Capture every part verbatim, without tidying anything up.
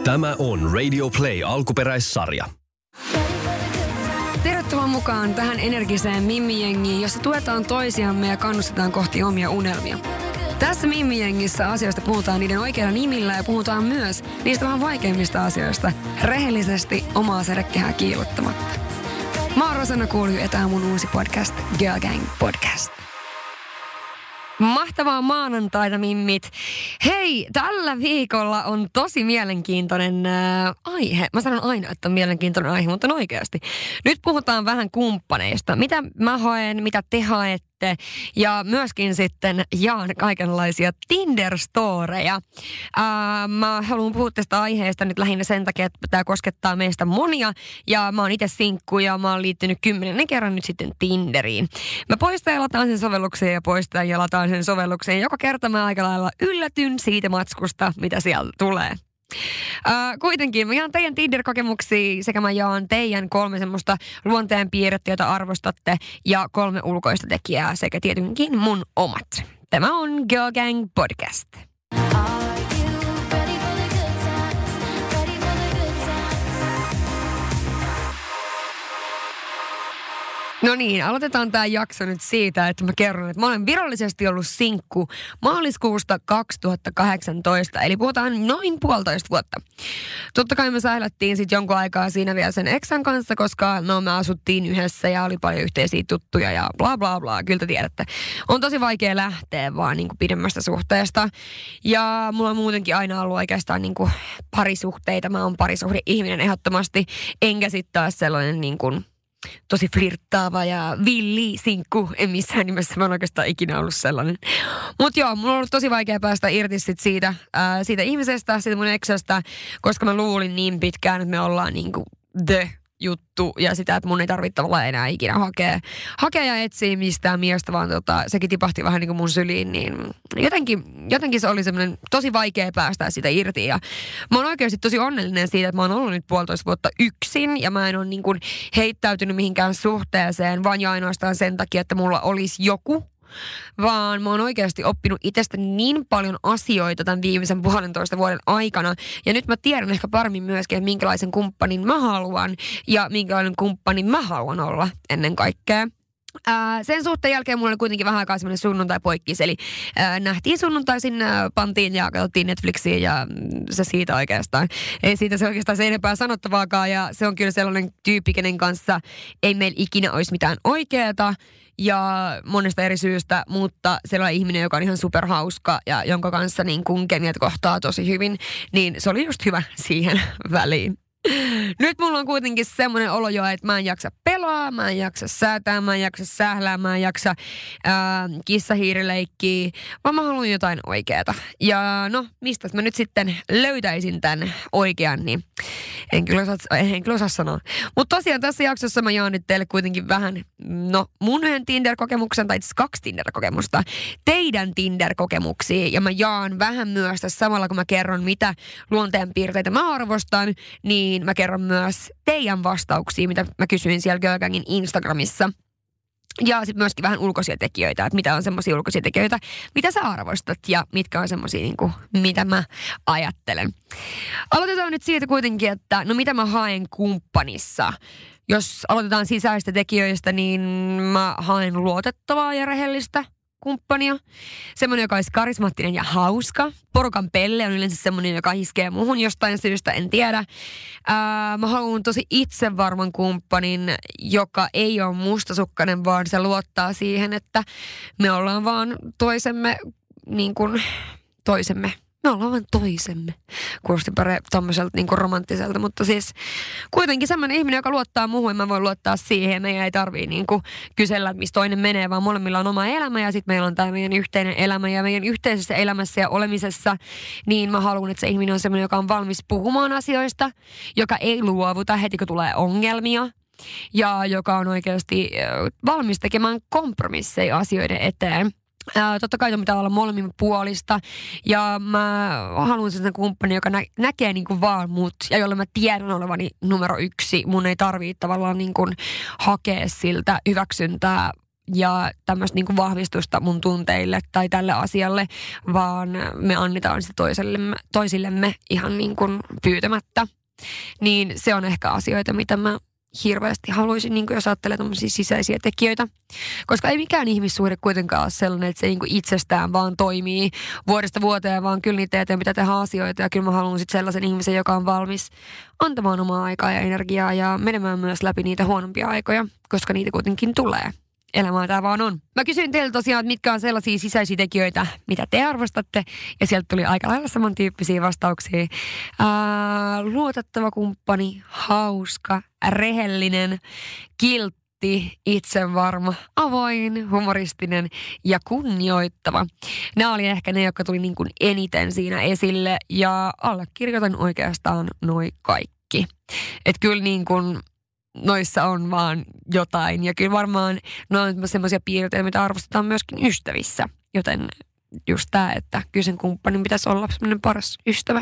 Tämä on Radio Play alkuperäissarja. Tervetuloa mukaan tähän energiseen Mimmi-jengiin, jossa tuetaan toisiamme ja kannustetaan kohti omia unelmia. Tässä Mimmi-jengissä asioista puhutaan niiden oikeilla nimillä ja puhutaan myös niistä vähän vaikeimmista asioista rehellisesti omaa sädekehää kiilottamatta. Mä oon Rosanna Kuulju ja tää on mun uusi podcast, Girl Gang Podcast. Mahtavaa maanantaita, mimmit. Hei, tällä viikolla on tosi mielenkiintoinen äh, aihe. Mä sanon aina, että on mielenkiintoinen aihe, mutta on oikeasti. Nyt puhutaan vähän kumppaneista. Mitä mä haen, mitä te haette. Ja myöskin sitten jaan kaikenlaisia Tinder-storeja. Ää, mä haluan puhua tästä aiheesta nyt lähinnä sen takia, että tämä koskettaa meistä monia. Ja mä oon itse sinkku ja mä oon liittynyt kymmenennen kerran nyt sitten Tinderiin. Mä poistan ja lataan sen sovellukseen ja poistan ja lataan sen sovellukseen. Joka kerta mä aika lailla yllätyn siitä matskusta, mitä sieltä tulee. Uh, kuitenkin mä jaan teidän Tinder-kokemuksia sekä mä jaan teidän kolme semmoista luonteenpiirrettä, joita arvostatte, ja kolme ulkoista tekijää sekä tietenkin mun omat. Tämä on Girl Gang Podcast. No niin, aloitetaan tämä jakso nyt siitä, että mä kerron, että mä olen virallisesti ollut sinkku maaliskuusta kaksituhattakahdeksantoista, eli puhutaan noin puolitoista vuotta. Totta kai me sählättiin sitten jonkun aikaa siinä vielä sen eksän kanssa, koska no me asuttiin yhdessä ja oli paljon yhteisiä tuttuja ja bla bla bla, kyllä te tiedätte. On tosi vaikea lähteä vaan niin kuin pidemmästä suhteesta ja mulla on muutenkin aina ollut oikeastaan niin kuin parisuhteita, mä oon parisuhde-ihminen ehdottomasti, enkä sitten taas sellainen niin kuin tosi flirttaava ja villi sinkku. En missään nimessä, mä oon oikeastaan ikinä ollut sellainen. Mutta joo, mulla on ollut tosi vaikea päästä irti sit siitä, ää, siitä ihmisestä, siitä mun eksästä, koska mä luulin niin pitkään, että me ollaan niinku the juttu ja sitä, että mun ei tarvitse tavallaan enää ikinä hakea, hakea ja etsiä mistään miestä, vaan tota, sekin tipahti vähän niin kuin mun syliin, niin jotenkin, jotenkin se oli semmoinen tosi vaikea päästä sitä irti ja mä oon oikeasti tosi onnellinen siitä, että mä oon ollut nyt puolitoista vuotta yksin ja mä en ole niin kuin heittäytynyt mihinkään suhteeseen, vaan ja ainoastaan sen takia, että mulla olisi joku, vaan mä oon oikeasti oppinut itsestäni niin paljon asioita tämän viimeisen puolentoista vuoden aikana. Ja nyt mä tiedän ehkä paremmin myöskin, että minkälaisen kumppanin mä haluan ja minkälainen kumppanin mä haluan olla ennen kaikkea. Ää, sen suhteen jälkeen mulla oli kuitenkin vähän aikaa semmoinen sunnuntai-poikkis, eli ää, nähtiin sunnuntaisin, ää, pantiin ja katsottiin Netflixiä ja se siitä oikeastaan. Ei siitä se oikeastaan se enempää sanottavaakaan ja se on kyllä sellainen tyyppi, kenen kanssa ei meillä ikinä olisi mitään oikeata ja monesta eri syystä, mutta sellainen ihminen, joka on ihan superhauska ja jonka kanssa niin kun kemiat kohtaa tosi hyvin, niin se oli just hyvä siihen väliin. Nyt mulla on kuitenkin semmoinen olo jo, että mä en jaksa pelaa, mä en jaksa säätää, mä en jaksa sählää, mä en jaksa ää, kissahiirileikkiä, vaan mä haluan jotain oikeata. Ja no, mistä mä nyt sitten löytäisin tämän oikean, niin en kyllä osaa, en kyllä osaa sanoa. Mutta tosiaan tässä jaksossa mä jaan nyt teille kuitenkin vähän, no mun yhden Tinder-kokemuksen, tai itse kaksi Tinder-kokemusta, teidän Tinder-kokemuksia. Ja mä jaan vähän myös tässä samalla, kun mä kerron, mitä luonteenpiirteitä mä arvostan, niin mä kerron myös teidän vastauksia, mitä mä kysyin siellä Girl Gangin Instagramissa. Ja sitten myöskin vähän ulkoisia tekijöitä, että mitä on semmoisia ulkoisia tekijöitä, mitä sä arvostat ja mitkä on semmoisia, niin kuin, mitä mä ajattelen. Aloitetaan nyt siitä kuitenkin, että no mitä mä haen kumppanissa. Jos aloitetaan sisäistä tekijöistä, niin mä haen luotettavaa ja rehellistä kumppania. Semmoinen, joka olisi karismaattinen ja hauska. Porukan pelle on yleensä semmoinen, joka iskee muhun jostain syystä, en tiedä. Ää, mä haluan tosi itsevarman kumppanin, joka ei ole mustasukkainen, vaan se luottaa siihen, että me ollaan vaan toisemme, niin kuin toisemme. Me ollaan vaan toisemme. Kuulosti pare tommoselta niin kuin romanttiselta, mutta siis kuitenkin semmoinen ihminen, joka luottaa muuhun, ja mä voin luottaa siihen. Meidän ei tarvii niin kuin kysellä, että missä toinen menee, vaan molemmilla on oma elämä ja sitten meillä on tämä meidän yhteinen elämä ja meidän yhteisessä elämässä ja olemisessa, niin mä haluan, että se ihminen on semmoinen, joka on valmis puhumaan asioista, joka ei luovuta heti, kun tulee ongelmia. Ja joka on oikeasti valmis tekemään kompromisseja asioiden eteen. Ää, totta kai pitää olla molemmin puolista ja mä haluan sen kumppanin, joka nä- näkee niinku vaan mut ja jolle mä tiedän olevani numero yksi. Mun ei tarvitse tavallaan niinku hakea siltä hyväksyntää ja tämmöistä niinku vahvistusta mun tunteille tai tälle asialle, vaan me annetaan sitä toisillemme, toisillemme ihan niin kuin pyytämättä. Niin se on ehkä asioita, mitä mä hirveästi haluaisin, niin kuin jos ajattelee tämmöisiä sisäisiä tekijöitä. Koska ei mikään ihmissuhde kuitenkaan ole sellainen, että se niin kuin itsestään vaan toimii vuodesta vuoteen, vaan kyllä niitä eteen pitää tehdä asioita. Ja kyllä mä haluan sitten sellaisen ihmisen, joka on valmis antamaan omaa aikaa ja energiaa ja menemään myös läpi niitä huonompia aikoja, koska niitä kuitenkin tulee. Elämää tämä vaan on. Mä kysyin teiltä tosiaan, että mitkä on sellaisia sisäisiä tekijöitä, mitä te arvostatte. Ja sieltä tuli aika lailla samantyyppisiä vastauksia. Ää, luotettava kumppani, hauska, rehellinen, kiltti, itsevarma, avoin, humoristinen ja kunnioittava. Nämä oli ehkä ne, jotka tuli niin kuin eniten siinä esille. Ja allekirjoitan oikeastaan noi kaikki. Että kyllä niin kuin noissa on vaan jotain. Ja kyllä varmaan ne on semmoisia piirteitä, mitä arvostetaan myöskin ystävissä. Joten just tämä, että kyllä sen kumppanin pitäisi olla semmoinen paras ystävä.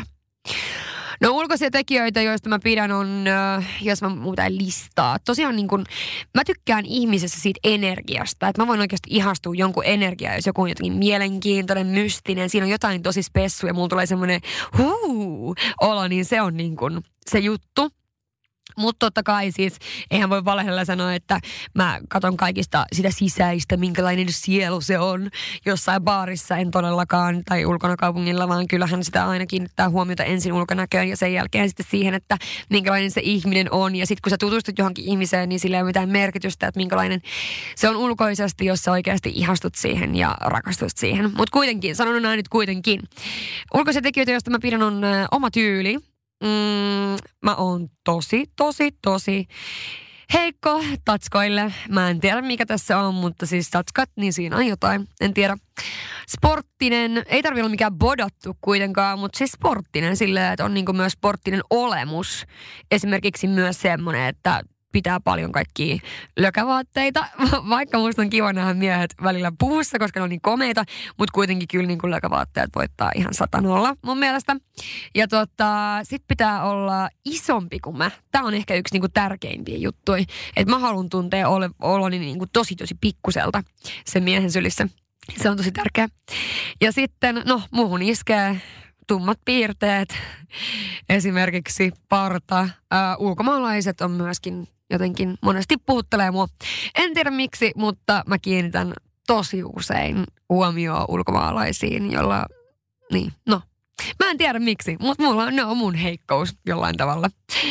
No ulkoisia tekijöitä, joista mä pidän on, jos mä muutain listaa. Tosiaan niin kun, mä tykkään ihmisessä siitä energiasta. Että mä voin oikeasti ihastua jonkun energiaa, jos joku on jotenkin mielenkiintoinen, mystinen. Siinä on jotain tosi spessu ja mulla tulee semmoinen huu olo, niin se on niin kun se juttu. Mutta totta kai siis, eihän voi valehdella sanoa, että mä katon kaikista sitä sisäistä, minkälainen sielu se on. Jossain baarissa en todellakaan, tai ulkona kaupungilla, vaan kyllähän sitä aina kiinnittää huomiota ensin ulkonäköön ja sen jälkeen sitten siihen, että minkälainen se ihminen on. Ja sitten kun sä tutustut johonkin ihmiseen, niin sillä ei ole mitään merkitystä, että minkälainen se on ulkoisesti, jos sä oikeasti ihastut siihen ja rakastut siihen. Mutta kuitenkin, sanon näin nyt kuitenkin. Ulkoisia tekijöitä, joista mä pidän, on ö, oma tyyli. Mm, mä oon tosi, tosi, tosi heikko tatskoille. Mä en tiedä mikä tässä on, mutta siis tatskat, niin siinä on jotain. En tiedä. Sporttinen, ei tarvitse olla mikään bodattu kuitenkaan, mutta siis sporttinen silleen, että on niinku myös sporttinen olemus. Esimerkiksi myös semmoinen, että pitää paljon kaikkia lökävaatteita, vaikka musta on kiva nähdä miehet välillä puvussa, koska ne on niin komeita, mutta kuitenkin kyllä niin kuin lökävaatteet voittaa ihan satanolla mun mielestä. Ja tota, sit pitää olla isompi kuin mä. Tää on ehkä yksi niin kuin tärkeimpiä juttuja, että mä haluan tuntea ole, oloni niin kuin tosi tosi pikkuselta sen miehen sylissä. Se on tosi tärkeä. Ja sitten, no muuhun iskee tummat piirteet, esimerkiksi parta. Ää, ulkomaalaiset on myöskin jotenkin monesti puhuttelee mua. En tiedä miksi, mutta mä kiinnitän tosi usein huomioon ulkomaalaisiin, jolla, niin, no. Mä en tiedä miksi, mutta mulla on, ne on mun heikkous jollain tavalla.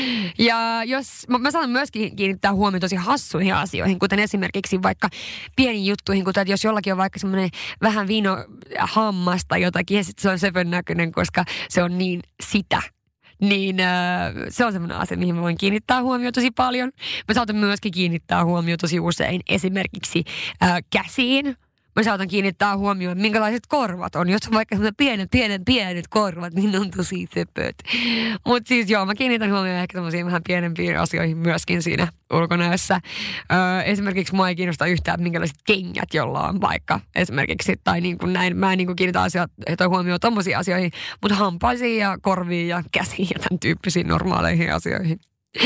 Ja jos, mä, mä saan myöskin kiinnittää huomioon tosi hassuihin asioihin, kuten esimerkiksi vaikka pieniin juttuihin, kuten jos jollakin on vaikka semmoinen vähän vino hammas tai jotakin, ja sitten se on sepön näköinen, koska se on niin sitä. Niin äh, se on semmoinen asia, mihin mä voin kiinnittää huomioon tosi paljon. Mä saatan myöskin kiinnittää huomioon tosi usein esimerkiksi äh, käsiin. Mä saatan kiinnittää huomioon, minkälaiset korvat on. Jos on vaikka pienet, pienet, pienet korvat, niin ne on tosi söpöt. Mutta siis joo, mä kiinnitän huomioon ehkä tämmöisiin vähän pienempiin asioihin myöskin siinä ulkonäössä. Öö, esimerkiksi mua ei kiinnosta yhtään, minkälaiset kengät jolla on vaikka esimerkiksi. Tai niin kuin näin, mä en niin kuin kiinnitä asioita, huomioon tommosiin asioihin, mutta hampaisiin ja korviin ja käsiin ja tämän tyyppisiin normaaleihin asioihin.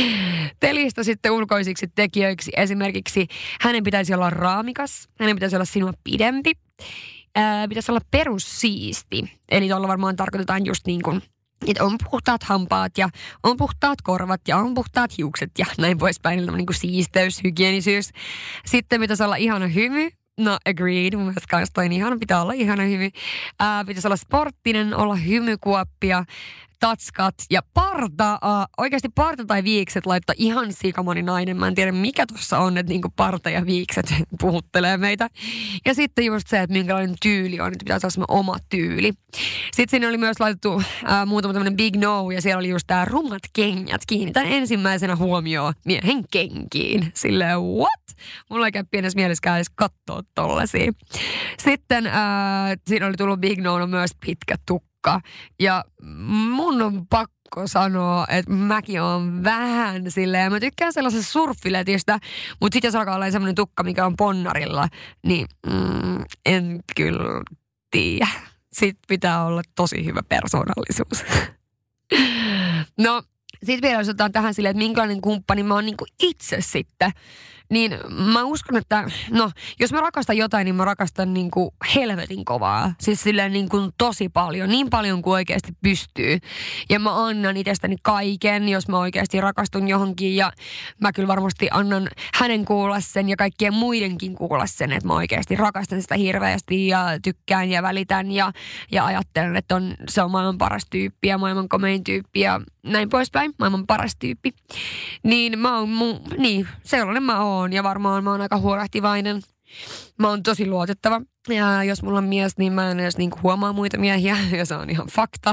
Te listasitte ulkoisiksi tekijöiksi esimerkiksi hänen pitäisi olla raamikas, hänen pitäisi olla sinua pidempi, ää, pitäisi olla perussiisti. Eli tuolla varmaan tarkoitetaan just niin kuin, että on puhtaat hampaat ja on puhtaat korvat ja on puhtaat hiukset ja näin poispäin. Niin kuin siisteys, hygienisyys. Sitten pitäisi olla ihana hymy. No agreed, mun mielestä kanssa toi niin ihana, pitää olla ihana hymy. Ää, pitäisi olla sporttinen, olla hymykuoppia, tatskat ja parta. Äh, oikeasti parta tai viikset laittaa ihan sikamoni nainen. Mä en tiedä mikä tuossa on, että niinku parta ja viikset puhuttelee meitä. Ja sitten just se, että minkälainen tyyli on, että pitäisi olla semmoinen oma tyyli. Sitten sinne oli myös laitettu äh, muutama tämmöinen big no ja siellä oli just tää rummat kengät. Kiinnitän ensimmäisenä huomioon miehen kenkiin. Silleen what? Mulla ei käy pienessä mielessäkään edes katsoa tollasia. Sitten äh, siinä oli tullut big no myös pitkä tukka. Ja mun on pakko sanoa, että mäkin oon vähän silleen, mä tykkään sellaisesta surffiletistä, mutta sitten jos alkaa olla semmoinen tukka, mikä on ponnarilla, niin mm, en kyllä tiedä. Sitten pitää olla tosi hyvä persoonallisuus. No, sitten vielä jos otetaan tähän silleen, että minkälainen kumppani mä oon niinku itse sitten. niin mä uskon, että no, jos mä rakastan jotain, niin mä rakastan niin kuin helvetin kovaa. Siis silleen niin kuin tosi paljon, niin paljon kuin oikeasti pystyy. Ja mä annan itsestäni kaiken, jos mä oikeasti rakastun johonkin. Ja mä kyllä varmasti annan hänen kuulla sen ja kaikkien muidenkin kuulla sen, että mä oikeasti rakastan sitä hirveästi ja tykkään ja välitän ja, ja ajattelen, että on, se on maailman paras tyyppi ja maailman komein tyyppi ja näin poispäin, maailman paras tyyppi. Niin mä oon, mu, niin, sellainen mä oon ja varmaan mä oon aika huolehtivainen. Mä oon tosi luotettava ja jos mulla on mies, niin mä en edes niinku huomaa muita miehiä ja se on ihan fakta.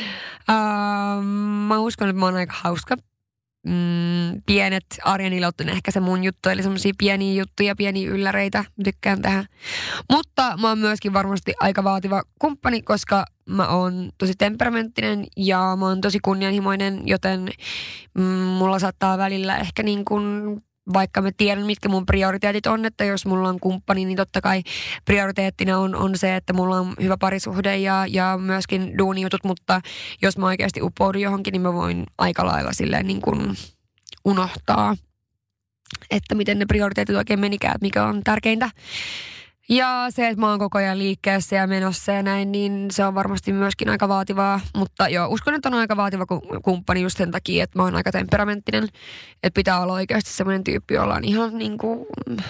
Uh, mä uskon, että mä oon aika hauska. Mm, pienet arjen ilot on ehkä se mun juttu, eli semmosia pieniä juttuja, pieniä ylläreitä, tykkään tehdä. Mutta mä oon myöskin varmasti aika vaativa kumppani, koska mä oon tosi temperamenttinen ja mä oon tosi kunnianhimoinen, joten mm, mulla saattaa välillä ehkä niin kuin, vaikka mä tiedän, mitkä mun prioriteetit on, että jos mulla on kumppani, niin totta kai prioriteettina on, on se, että mulla on hyvä parisuhde ja, ja myöskin duunijutut, mutta jos mä oikeasti upoudun johonkin, niin mä voin aika lailla silleen niin kuin unohtaa, että miten ne prioriteetit oikein menikään, että mikä on tärkeintä. Ja se, että mä oon koko ajan liikkeessä ja menossa ja näin, niin se on varmasti myöskin aika vaativaa. Mutta joo, uskon, että on aika vaativa kumppani just sen takia, että mä oon aika temperamenttinen. Että pitää olla oikeasti semmoinen tyyppi, jolla on ihan niin kuin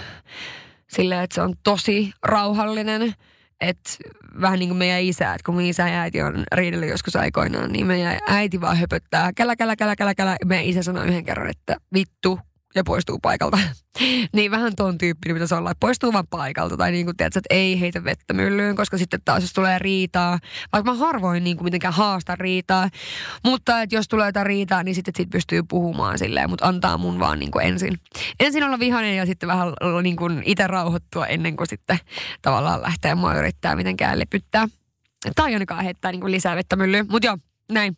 silleen, että se on tosi rauhallinen. Että vähän niin kuin meidän isä, että kun mun isä ja äiti on riidellyt joskus aikoinaan, niin meidän äiti vaan höpöttää kälä, kälä, kälä, kälä, kälä. Meidän isä sanoi yhden kerran, että vittu. Ja poistuu paikalta. Niin vähän ton tyyppinen pitäisi olla, että poistuu vaan paikalta. Tai niin kuin tiedätkö, että ei heitä vettä myllyyn, koska sitten taas jos tulee riitaa, vaikka mä harvoin niin kuin mitenkään haasta riitaa. Mutta että jos tulee jotain riitaa, niin sitten siitä pystyy puhumaan silleen, mutta antaa mun vaan niin kuin ensin. Ensin olla vihainen ja sitten vähän niin kuin itse rauhoittua ennen kuin sitten tavallaan lähtee mua yrittää mitenkään lepyttää. Tai ainakaan heittää niin kuin lisää vettä myllyyn. Mutta joo, näin.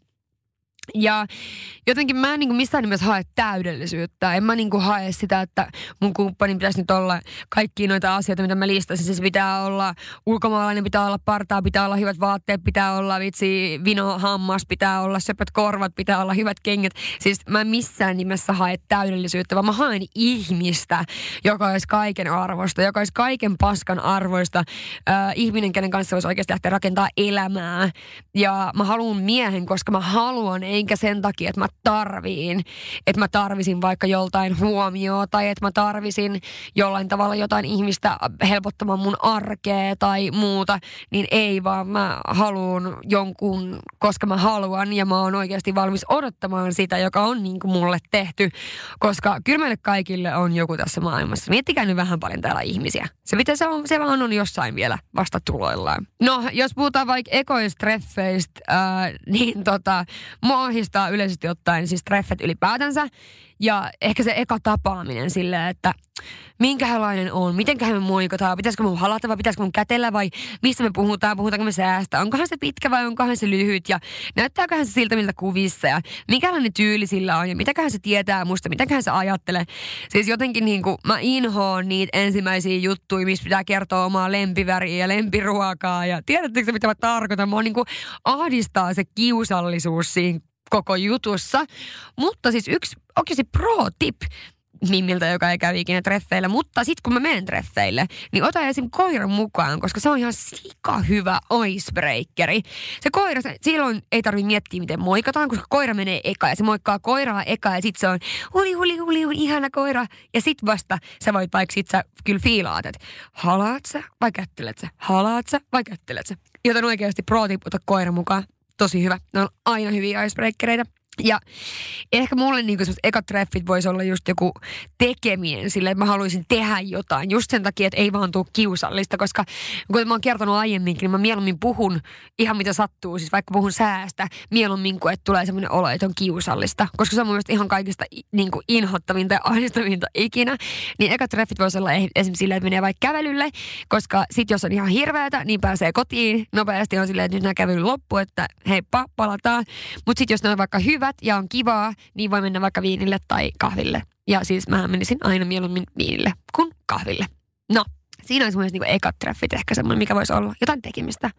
Ja jotenkin mä en niin kuin missään nimessä hae täydellisyyttä. En mä niin kuin hae sitä, että mun kumppanin pitäisi nyt olla kaikkia noita asioita, mitä mä listasin. Siis pitää olla ulkomaalainen, pitää olla partaa, pitää olla hyvät vaatteet, pitää olla vitsi vino hammas, pitää olla söpöt korvat, pitää olla hyvät kengät. Siis mä en missään nimessä hae täydellisyyttä, vaan mä haen ihmistä, joka olisi kaiken arvosta, joka olisi kaiken paskan arvoista. Äh, ihminen, kenen kanssa voisi oikeasti lähteä rakentaa elämää. Ja mä haluan miehen, koska mä haluan, enkä sen takia, että mä tarviin, että mä tarvisin vaikka joltain huomioon tai että mä tarvisin jollain tavalla jotain ihmistä helpottamaan mun arkea tai muuta, niin ei vaan mä haluan jonkun, koska mä haluan ja mä oon oikeasti valmis odottamaan sitä, joka on niin kuin mulle tehty, koska kyllä meille kaikille on joku tässä maailmassa. Miettikää nyt vähän paljon täällä ihmisiä. Se mitä se on, se vaan on jossain vielä vasta tuloillaan. No, jos puhutaan vaikka ekoistreffeistä, ää, niin tota, mua ahdistaa yleisesti ottaen siis treffet ylipäätänsä. Ja ehkä se eka tapaaminen silleen, että minkälainen on, mitenköhän me moikotaan, pitäisikö mun halata vai pitäisikö mun kätellä vai mistä me puhutaan, puhutaanko me säästä, onkohan se pitkä vai onkohan se lyhyt ja näyttääköhän se siltä miltä kuvissa ja minkälainen tyyli sillä on ja mitäköhän se tietää musta, mitäköhän se ajattelee. Siis jotenkin niin kuin mä inhoon niitä ensimmäisiä juttuja, missä pitää kertoa omaa lempiväriä ja lempiruokaa ja tiedättekö mitä mä tarkoitan, mä niin kuin ahdistaa se kiusallisuus siinä koko jutussa. Mutta siis yksi oikeasti pro-tip Mimmiltä, joka ei käy ikinä treffeillä. Mutta sitten kun mä menen treffeille, niin ota esim. Koiran mukaan, koska se on ihan sika hyvä icebreakeri. Se koira, silloin ei tarvitse miettiä, miten moikataan, koska koira menee eka ja se moikkaa koiraa eka ja sitten se on huli, huli, huli, huli, ihana koira. Ja sitten vasta sä voit vaikka sit sä kyllä fiilaat, että halaat sä vai kättelet sä? Halaat sä vai kättelet sä? Joten oikeasti pro-tip, ota koira mukaan. Tosi hyvä. Ne on aina hyviä icebreakereita. Ja ehkä mulle niinku semmoiset ekat treffit voisi olla just joku tekeminen silleen, että mä haluaisin tehdä jotain. Just sen takia, että ei vaan tule kiusallista, koska kun mä oon kertonut aiemminkin, niin mä mieluummin puhun ihan mitä sattuu. Siis vaikka puhun säästä, mieluummin kuin että tulee semmoinen olo, että on kiusallista. Koska se on mun mielestä ihan kaikista niinku inhottavinta ja ahdistavinta ikinä. Niin ekat treffit voisi olla esimerkiksi silleen, että menee vaikka kävelylle. Koska sit jos on ihan hirveätä, niin pääsee kotiin nopeasti. On silleen, että nyt nämä kävely loppu, että heippa, palataan. Mutta sit jos ne on vaikka hyvät ja on kivaa, niin voi mennä vaikka viinille tai kahville. Ja siis mä menisin aina mieluummin viinille kuin kahville. No, siinä olisi mun mielestä niin ekat treffit ehkä semmoinen, mikä voisi olla jotain tekemistä.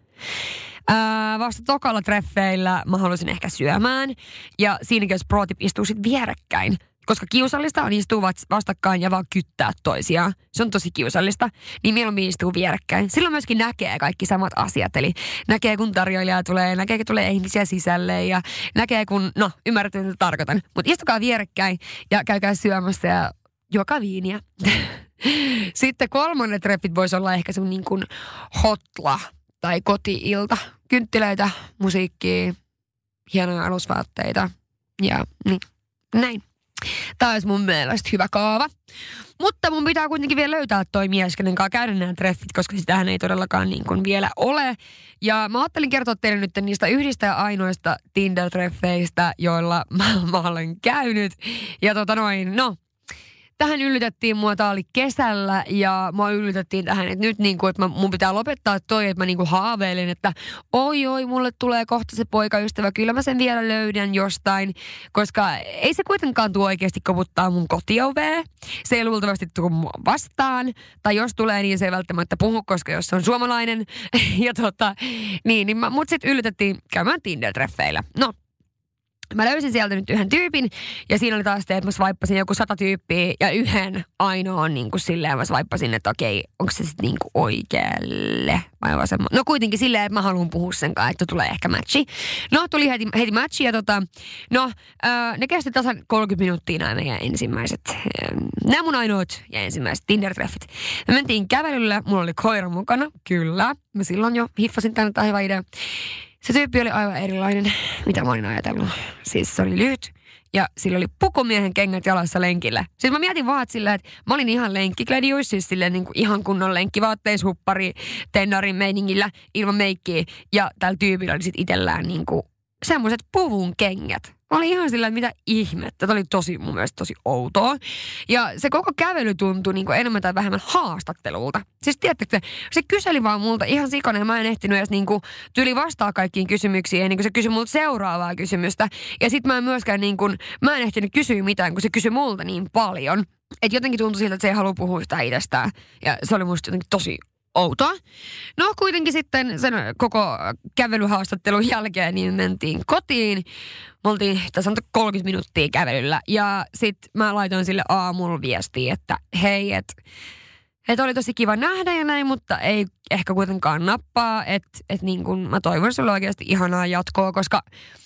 Ää, vasta tokalla treffeillä mä haluaisin ehkä syömään. Ja siinäkin jos pro-tip istuu sit vierekkäin. koska kiusallista on istua vastakkain ja vaan kyttää toisiaan. Se on tosi kiusallista. Niin mieluummin istuu vierekkäin. Silloin myöskin näkee kaikki samat asiat. Eli näkee, kun tarjoilija tulee, näkee, kun tulee ihmisiä sisälle ja näkee, kun, no, ymmärrätte, mitä tarkoitan. Mutta istukaa vierekkäin ja käykää syömässä ja juokaa viiniä. Sitten kolmannet treffit voisi olla ehkä semmoinen niin kuin hotla tai koti-ilta. Kynttilöitä, musiikkia, hienoja alusvaatteita ja niin, näin. Tämä olisi mun mielestä hyvä kaava. Mutta mun pitää kuitenkin vielä löytää toi mies, kenen kanssa käydä nämä treffit, koska sitähän ei todellakaan niin kuin vielä ole. Ja mä ajattelin kertoa teille nyt niistä yhdistä ja ainoista Tinder-treffeistä, joilla mä, mä olen käynyt. Ja tota noin, no... Tähän yllytettiin mua, tää oli kesällä ja mua yllytettiin tähän, että nyt niin kuin, että mä, mun pitää lopettaa toi, että mä niin kuin haaveilin, että oi oi, mulle tulee kohta se poikaystävä, kyllä mä sen vielä löydän jostain, koska ei se kuitenkaan tuo oikeasti koputtaa mun kotiovea. Se ei luultavasti tule mua vastaan, tai jos tulee, niin se ei välttämättä puhu, koska jos se on suomalainen, ja tota, niin, niin mä, mut sit yllytettiin käymään Tinder-treffeillä. No. Mä löysin sieltä nyt yhden tyypin ja siinä oli taas se, että mä swipeasin joku sata tyyppiä ja yhden ainoan niin kuin silleen mä swipeasin, että okei, onko se sitten niin kuin oikealle vai vasemma. No kuitenkin silleen, että mä haluan puhua sen kanssa, että tulee ehkä matchi. No tuli heti, heti matchi ja tota, no äh, ne kesti tasan kolmekymmentä minuuttia nämä meidän ensimmäiset, äh, nämä mun ainoat ja ensimmäiset Tinder-treffit. Me mentiin kävelyllä, mulla oli koira mukana, kyllä. Mä silloin jo hiffasin tänne, tämä hyvä idea. Se tyyppi oli aivan erilainen, mitä mä olin ajatellut. Siis se oli lyhyt ja sillä oli pukumiehen kengät jalassa lenkillä. Siis mä mietin vaan silleen, että mä olin ihan lenkkiklediuissa, siis silleen niin kuin ihan kunnon lenkkivaatteissa, huppari, tennarin meiningillä, ilman meikkiä. Ja tällä tyypillä oli sit itsellään niin kuin semmoiset puvun kengät. Mä olin ihan sillä, että mitä ihmettä. Tämä oli tosi, mun mielestä tosi outoa. Ja se koko kävely tuntui niin kuin enemmän tai vähemmän haastattelulta. Siis tiedättekö, se kyseli vaan multa ihan sikana ja mä en ehtinyt edes niin kuin tyli vastaa kaikkiin kysymyksiin ennen kuin se kysyi multa seuraavaa kysymystä. Ja sit mä en myöskään niin kuin, mä en ehtinyt kysyä mitään, kun se kysyi multa niin paljon. Että jotenkin tuntui siltä, että se ei halua puhua sitä itsestään. Ja se oli musta jotenkin tosi outoa. No kuitenkin sitten sen koko kävelyhaastattelun jälkeen niin mentiin kotiin. Me oltiin tässä kolmekymmentä minuuttia kävelyllä ja sitten mä laitoin sille aamulla viestiä, että hei, että et oli tosi kiva nähdä ja näin, mutta ei ehkä kuitenkaan nappaa, että et niin kun mä toivon sulle oikeasti ihanaa jatkoa, koska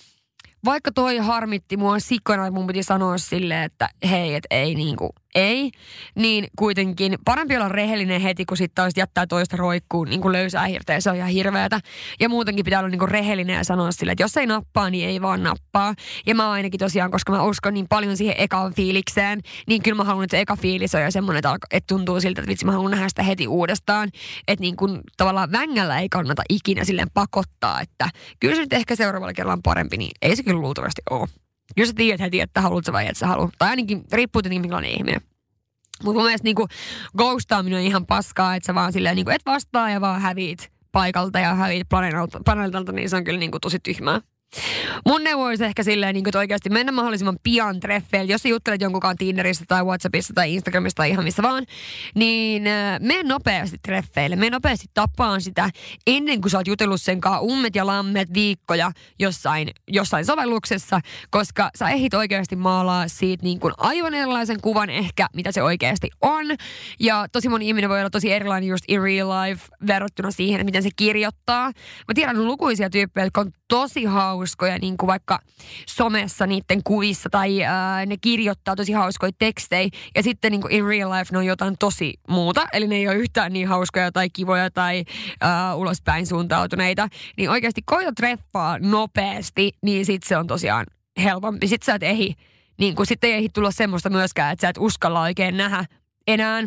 vaikka toi harmitti mua sikana, mun piti sanoa silleen, että hei, että ei niinku, ei, niin kuitenkin parempi olla rehellinen heti, kun sitten taas jättää toista roikkuun niin kuin löysää hirteä, se on ihan hirveätä. Ja muutenkin pitää olla niin kuin rehellinen ja sanoa silleen, että jos ei nappaa, niin ei vaan nappaa. Ja mä ainakin tosiaan, koska mä uskon niin paljon siihen ekaan fiilikseen, niin kyllä mä haluan, että se eka fiilis on jo semmoinen, että tuntuu siltä, että vitsi mä haluan nähdä sitä heti uudestaan. Että niin kuin tavallaan vängällä ei kannata ikinä silleen pakottaa, että kyllä se nyt ehkä seuraavalla kerralla on parempi, niin ei se kyllä luultavasti ole. Jos sä tiedät heti, että haluat vai et sä halua. Tai ainakin riippuu tietenkin minkälainen ihminen. Mutta mun mielestä niinku ghostaaminen on ihan paskaa, että sä vaan silleen niinku et vastaa ja vaan häviit paikalta ja häviit planeetalta, niin se on kyllä niinku tosi tyhmää. Mun neuvo olisi ehkä silleen, niin että oikeasti mennä mahdollisimman pian treffeille. Jos sä juttelet jonkunkaan Tinderistä tai WhatsAppissa tai Instagramista tai ihan missä vaan, niin äh, mene nopeasti treffeille. Mene nopeasti tapaan sitä ennen kuin sä oot jutellut sen kanssa ummet ja lammet viikkoja jossain, jossain sovelluksessa, koska sä ehdit oikeasti maalaa siitä niin kuin aivan erilaisen kuvan ehkä, mitä se oikeasti on. Ja tosi moni ihminen voi olla tosi erilainen just in real life verrattuna siihen, miten se kirjoittaa. Mä tiedän lukuisia tyyppejä, jotka on tosi hauskoja, niin kuin vaikka somessa niiden kuvissa, tai ää, ne kirjoittaa tosi hauskoja tekstejä, ja sitten niin kuin in real life ne on jotain tosi muuta, eli ne ei ole yhtään niin hauskoja tai kivoja tai ää, ulospäin suuntautuneita, niin oikeasti koita treffaa nopeasti, niin sitten se on tosiaan helpompi. Sitten sä et ehdi, niin kuin sitten ei ehdi tulla semmoista myöskään, että sä et uskalla oikein nähdä enää,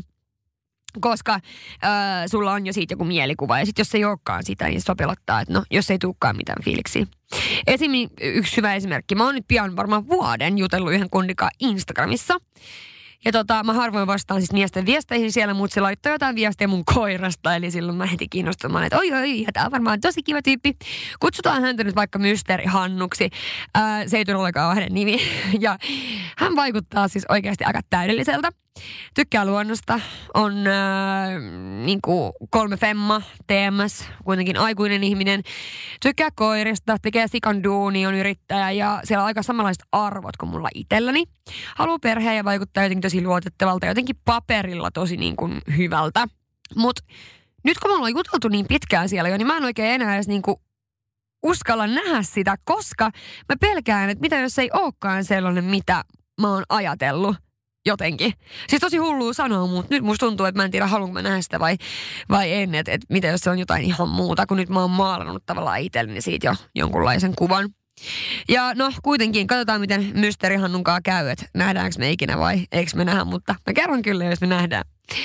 koska äh, sulla on jo siitä joku mielikuva. Ja sitten jos ei olekaan sitä, niin se pelottaa, että no, jos ei tulekaan mitään fiiliksiä. Esimerkiksi yksi hyvä esimerkki. Mä oon nyt pian varmaan vuoden jutellut yhden kundikaan Instagramissa. Ja tota, mä harvoin vastaan siis miesten viesteihin siellä, mutta se laittoi jotain viestejä mun koirasta. Eli silloin mä heti kiinnostumaan, että oi oi, tää on varmaan tosi kiva tyyppi. Kutsutaan häntä nyt vaikka Mysteeri Hannuksi. Ää, se ei todellakaan ole hänen nimi. Ja hän vaikuttaa siis oikeasti aika täydelliseltä. tykkää luonnosta, on äh, niinku kolme femma, T M S, kuitenkin aikuinen ihminen. Tykkää koirista, tekee sikan duuni, on yrittäjä ja siellä on aika samanlaiset arvot kuin mulla itselläni. Haluaa perheen ja vaikuttaa jotenkin tosi luotettavalta, jotenkin paperilla tosi niinku hyvältä. Mut nyt kun me ollaan juteltu niin pitkään siellä jo, niin mä en oikein enää edes niinku uskalla nähdä sitä, koska mä pelkään, että mitä jos ei olekaan sellainen, mitä mä oon ajatellut jotenkin. Siis tosi hullua sanoa, mutta nyt musta tuntuu, että mä en tiedä, haluanko mä nähdä sitä vai, vai en. Että et mitä jos se on jotain ihan muuta, kun nyt mä oon maalannut tavallaan itselleni siitä jo jonkunlaisen kuvan. Ja no kuitenkin, katsotaan miten Mysteeri Hannunkaan käy, että nähdäänkö me ikinä vai eikö me nähdä, mutta mä kerron kyllä, jos me nähdään.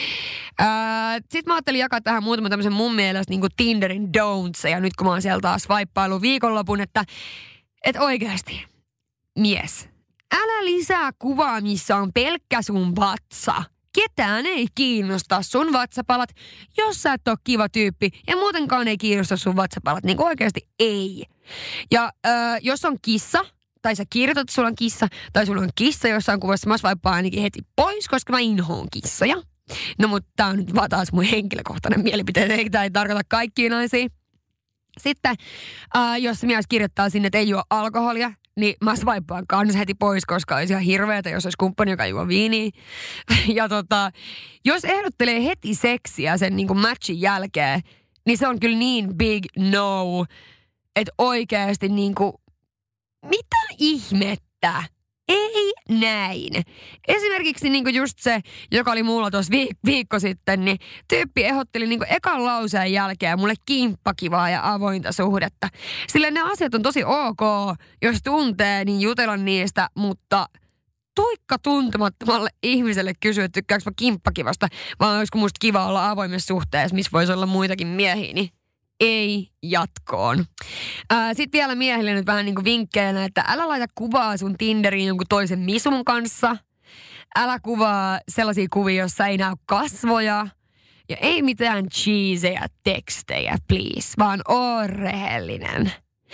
Sitten mä ajattelin jakaa tähän muutaman tämmöisen mun mielestä niin kuin Tinderin don'ts. Ja nyt kun mä oon siellä taas vaippailu viikonlopun, että, että oikeasti, mies, älä lisää kuvaa, missä on pelkkä sun vatsa. Ketään ei kiinnosta sun vatsapalat, jos sä et ole kiva tyyppi. Ja muutenkaan ei kiinnosta sun vatsapalat, niin oikeasti ei. Ja äh, jos on kissa, tai sä kirjoitat, että sulla on kissa, tai sulla on kissa jossain kuvassa, mä vaippaan ainakin heti pois, koska mä inhoon kissoja. No mutta tää on nyt vaan taas mun henkilökohtainen mielipiteet, eikä tää ei tarkoita kaikkia naisia. Sitten, äh, jos mies kirjoittaa sinne, että ei juo alkoholia, niin mä swipaan kanssa heti pois, koska olisi ihan hirveetä, jos olisi kumppani, joka juo viiniä. Ja tota, jos ehdottelee heti seksiä sen niin kuin matchin jälkeen, niin se on kyllä niin big no, että oikeasti niin kuin, mitä ihmettä? Ei näin. Esimerkiksi niinku just se, joka oli mulla tuossa viik- viikko sitten, niin tyyppi ehdotteli niinku ekan lauseen jälkeen mulle kimppakivaa ja avointa suhdetta. Sillä ne asiat on tosi ok, jos tuntee, niin jutella niistä, mutta tuikka tuntemattomalle ihmiselle kysyä, että tykkääkö mä kimppakivasta, vaan olisiko musta kiva olla avoimessa suhteessa, missä voisi olla muitakin miehiä, niin ei jatkoon. Sitten vielä miehille nyt vähän niin kuin vinkkeinä, että älä laita kuvaa sun Tinderiin jonkun toisen misun kanssa. Älä kuvaa sellaisia kuvia, joissa ei näy kasvoja. Ja ei mitään cheesejä tekstejä, please, vaan oo rehellinen.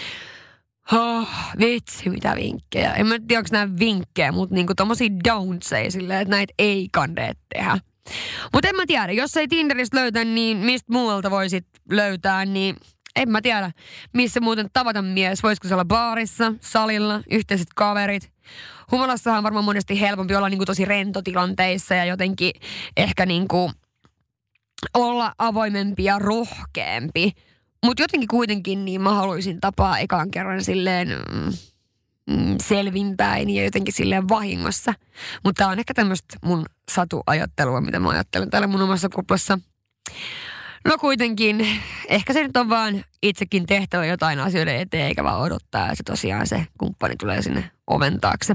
Oh, vitsi, mitä vinkkejä. En mä tiedä, onko nämä vinkkejä, mutta niinku tommosia don'tseja silleen, että näitä ei kannata tehdä. Mutta en mä tiedä, jos ei Tinderistä löytä, niin mistä muualta voisit löytää, niin en mä tiedä, missä muuten tavata mies. Voisiko se olla baarissa, salilla, yhteiset kaverit. Humalassahan on varmaan monesti helpompi olla niinku tosi rentotilanteissa ja jotenkin ehkä niinku olla avoimempi ja rohkeampi. Mutta jotenkin kuitenkin niin mä haluaisin tapaa ekaan kerran silleen mm, selvinpäin ja jotenkin silleen vahingossa. Mutta tää on ehkä tämmöistä mun satuajattelua, mitä mä ajattelen täällä mun omassa kuplassa. No kuitenkin, ehkä se nyt on vaan itsekin tehtävä jotain asioiden eteen, eikä vaan odottaa, että se tosiaan se kumppani tulee sinne oven taakse.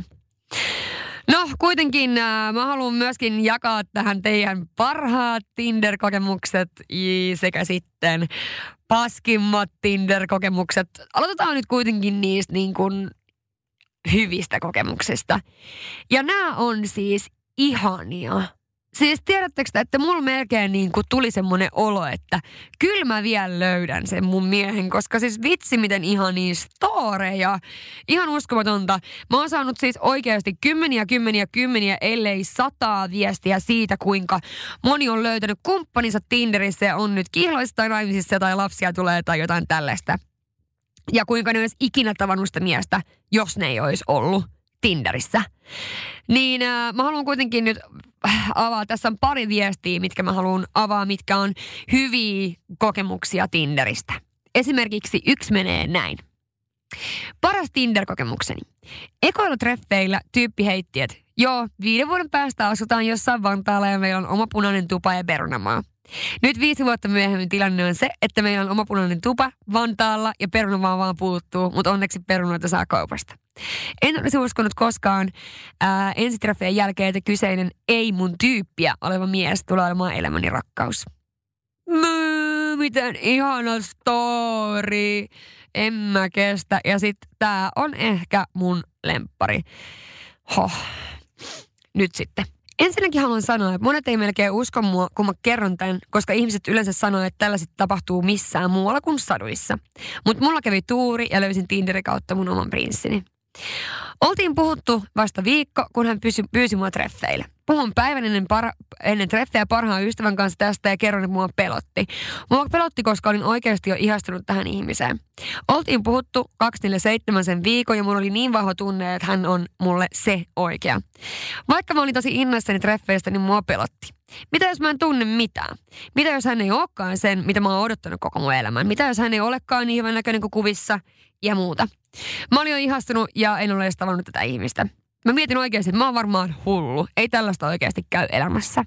No kuitenkin äh, mä haluan myöskin jakaa tähän teidän parhaat Tinder-kokemukset sekä sitten paskimmat Tinder-kokemukset. Aloitetaan nyt kuitenkin niistä niin kuin hyvistä kokemuksista. Ja nämä on siis ihania. Siis tiedättekö, että mulla melkein niin kuin tuli semmoinen olo, että kyllä mä vielä löydän sen mun miehen, koska siis vitsi miten ihania storeja, ihan uskomatonta. Mä oon saanut siis oikeasti kymmeniä, kymmeniä, kymmeniä, ellei sataa viestiä siitä, kuinka moni on löytänyt kumppaninsa Tinderissä ja on nyt kihloissa tai naimisissa tai lapsia tulee tai jotain tällaista. Ja kuinka ne olisi ikinä tavannut sitä miestä, jos ne ei olisi ollut Tinderissä. Niin äh, mä haluan kuitenkin nyt avaa. Tässä on pari viestiä, mitkä mä haluan avaa, mitkä on hyviä kokemuksia Tinderistä. Esimerkiksi yksi menee näin. Paras Tinder-kokemukseni. Ekoilla treffeillä tyyppi heitti, että joo, viiden vuoden päästä asutaan jossain Vantaalla ja meillä on oma punainen tupa ja perunamaa. Nyt viisi vuotta myöhemmin tilanne on se, että meillä on oma punainen tupa Vantaalla ja perunamaa vaan puuttuu, mutta onneksi perunoita saa kaupasta. En olisi uskonut koskaan ää, ensitreffeen jälkeen, että kyseinen ei mun tyyppiä oleva mies tulee olemaan elämäni rakkaus. Mmm, miten ihana story. En mä kestä. Ja sit tää on ehkä mun lemppari. Hoh. Nyt sitten. Ensinnäkin haluan sanoa, että monet ei melkein usko mua, kun mä kerron tämän, koska ihmiset yleensä sanoo, että tällaiset tapahtuu missään muualla kuin saduissa. Mutta mulla kävi tuuri ja löysin Tinderin kautta mun oman prinssini. Oltiin puhuttu vasta viikko, kun hän pysy, pyysi mua treffeille. Puhun päivän ennen, par- ennen treffejä parhaan ystävän kanssa tästä ja kerron, että mua pelotti. Mua pelotti, koska olin oikeasti jo ihastunut tähän ihmiseen. Oltiin puhuttu kaksikymmentäseitsemän sen viikon ja mulla oli niin vahva tunne, että hän on mulle se oikea. Vaikka mä olin tosi innoissani treffeistä, niin mua pelotti. Mitä jos mä en tunne mitään? Mitä jos hän ei olekaan sen, mitä mä oon odottanut koko mun elämän? Mitä jos hän ei olekaan niin hyvän näköinen kuin kuvissa ja muuta? Mä olin jo ihastunut ja en ole edes tavannut tätä ihmistä. Mä mietin oikeasti, että mä oon varmaan hullu. Ei tällaista oikeasti käy elämässä.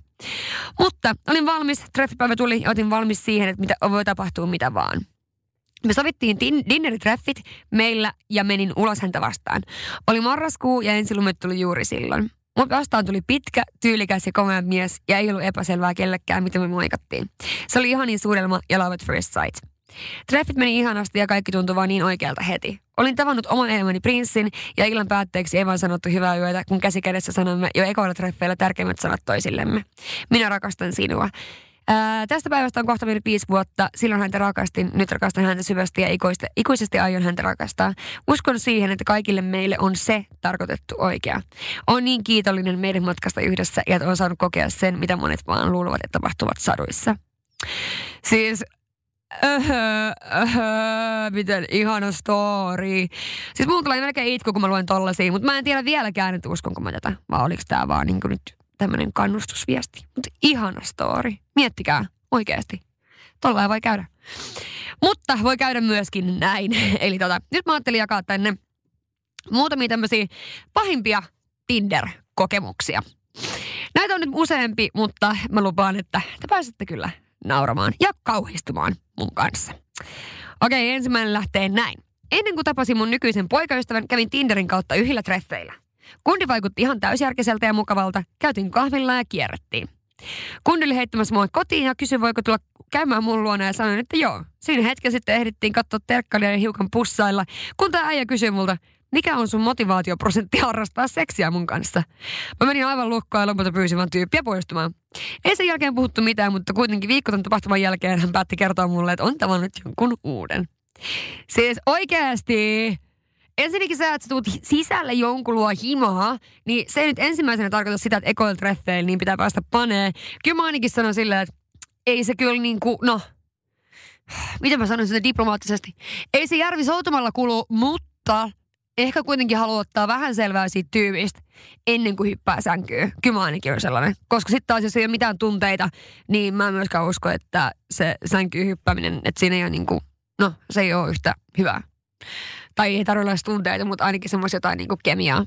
Mutta olin valmis, treffipäivä tuli ja otin valmis siihen, että mitä voi tapahtua mitä vaan. Me sovittiin din- dinneritreffit meillä ja menin ulos häntä vastaan. Oli marraskuu ja ensilumet tuli juuri silloin. Mun vastaan tuli pitkä, tyylikäs ja komea mies ja ei ollut epäselvää kellekään, mitä me moikattiin. Se oli ihanin suudelma ja love at first sight. Treffit meni ihanasti ja kaikki tuntui vaan niin oikealta heti. Olin tavannut oman elämäni prinssin ja illan päätteeksi ei vaan sanottu hyvää yötä, kun käsi kädessä sanoimme jo ekoilla treffeillä tärkeimmät sanat toisillemme. Minä rakastan sinua. Ää, tästä päivästä on kohta mennyt viisi vuotta. Silloin häntä rakastin, nyt rakastan häntä syvästi ja ikuisesti, ikuisesti aion häntä rakastaa. Uskon siihen, että kaikille meille on se tarkoitettu oikea. Olen niin kiitollinen meidän matkasta yhdessä ja että olen saanut kokea sen, mitä monet vaan luuluvat, että tapahtuvat saduissa. Siis... Öhö, öhö, miten ihana story. Siis mulla tulee melkein itku, kun mä luen tollasia, mutta mä en tiedä vieläkään, että uskonko mä tätä. Vai oliks tää vaan niin kuin nyt tämmönen kannustusviesti. Mutta ihana story. Miettikää oikeesti. Tollain voi käydä. Mutta voi käydä myöskin näin. Eli tota, nyt mä ajattelin jakaa tänne muutamia tämmöisiä pahimpia Tinder-kokemuksia. Näitä on nyt useampi, mutta mä lupaan, että te pääsette kyllä nauramaan ja kauhistumaan mun kanssa. Okei, ensimmäinen lähtee näin. Ennen kuin tapasin mun nykyisen poikaystävän, kävin Tinderin kautta yhdellä treffeillä. Kundi vaikutti ihan täysjärkiseltä ja mukavalta. Käytiin kahvilla ja kierrettiin. Kundi oli heittämässä mua kotiin ja kysyi, voiko tulla käymään mun luona ja sanoin, että joo. Siinä hetken sitten ehdittiin katsoa terkkalia ja hiukan pussailla, kun tää äijä kysyi multa, mikä on sun motivaatioprosentti harrastaa seksiä mun kanssa? Mä menin aivan lukkoon ja lopulta pyysin vaan tyyppiä poistumaan. Ei sen jälkeen puhuttu mitään, mutta kuitenkin viikkoton tapahtuman jälkeen hän päätti kertoa mulle, että on tavannut jonkun uuden. Siis oikeasti, ensinnäkin sä, että sä tuut sisälle jonkun luo himaa, niin se ei nyt ensimmäisenä tarkoita sitä, että ekoilla treffeillä niin pitää päästä paneen. Kyllä mä ainakin sanon silleen, että ei se kyllä niin kuin, no, miten mä sanon sitä diplomaattisesti? Ei se järvi soutumalla kulu, mutta... Ehkä kuitenkin haluaa ottaa vähän selvää siitä tyypistä ennen kuin hyppää sänkyyn. Kyllä mä ainakin on sellainen. Koska sitten taas, jos ei ole mitään tunteita, niin mä en myöskään usko, että se sänkyyn hyppääminen, että siinä ei ole niin kuin, no se ei ole yhtä hyvää. Tai ei tarvitse olla tunteita, mutta ainakin semmoista jotain niin kuin kemiaa.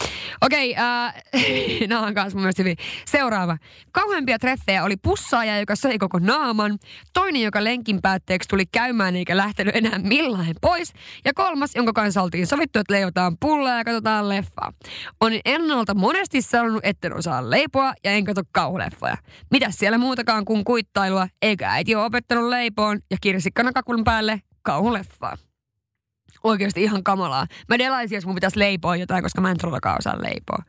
Okei, äh, nämä on kanssa mun mielestä hyvin. Seuraava. Kauheimpia treffejä oli pussaaja, joka söi koko naaman. Toinen, joka lenkin päätteeksi tuli käymään eikä lähtenyt enää millään pois. Ja kolmas, jonka kanssa oltiin sovittu, että leivotaan pullaa ja katsotaan leffaa. Olin ennalta monesti sanonut, etten osaa leipoa ja en katso kauhuleffoja. Mitäs siellä muutakaan kuin kuittailua, eikä äiti ole opettanut leipoon ja kirsikkana kakun päälle kauhuleffaa. Oikeasti ihan kamalaa. Mä delaisin, jos mun pitäisi leipoa jotain, koska mä en todellakaan osaa leipoa.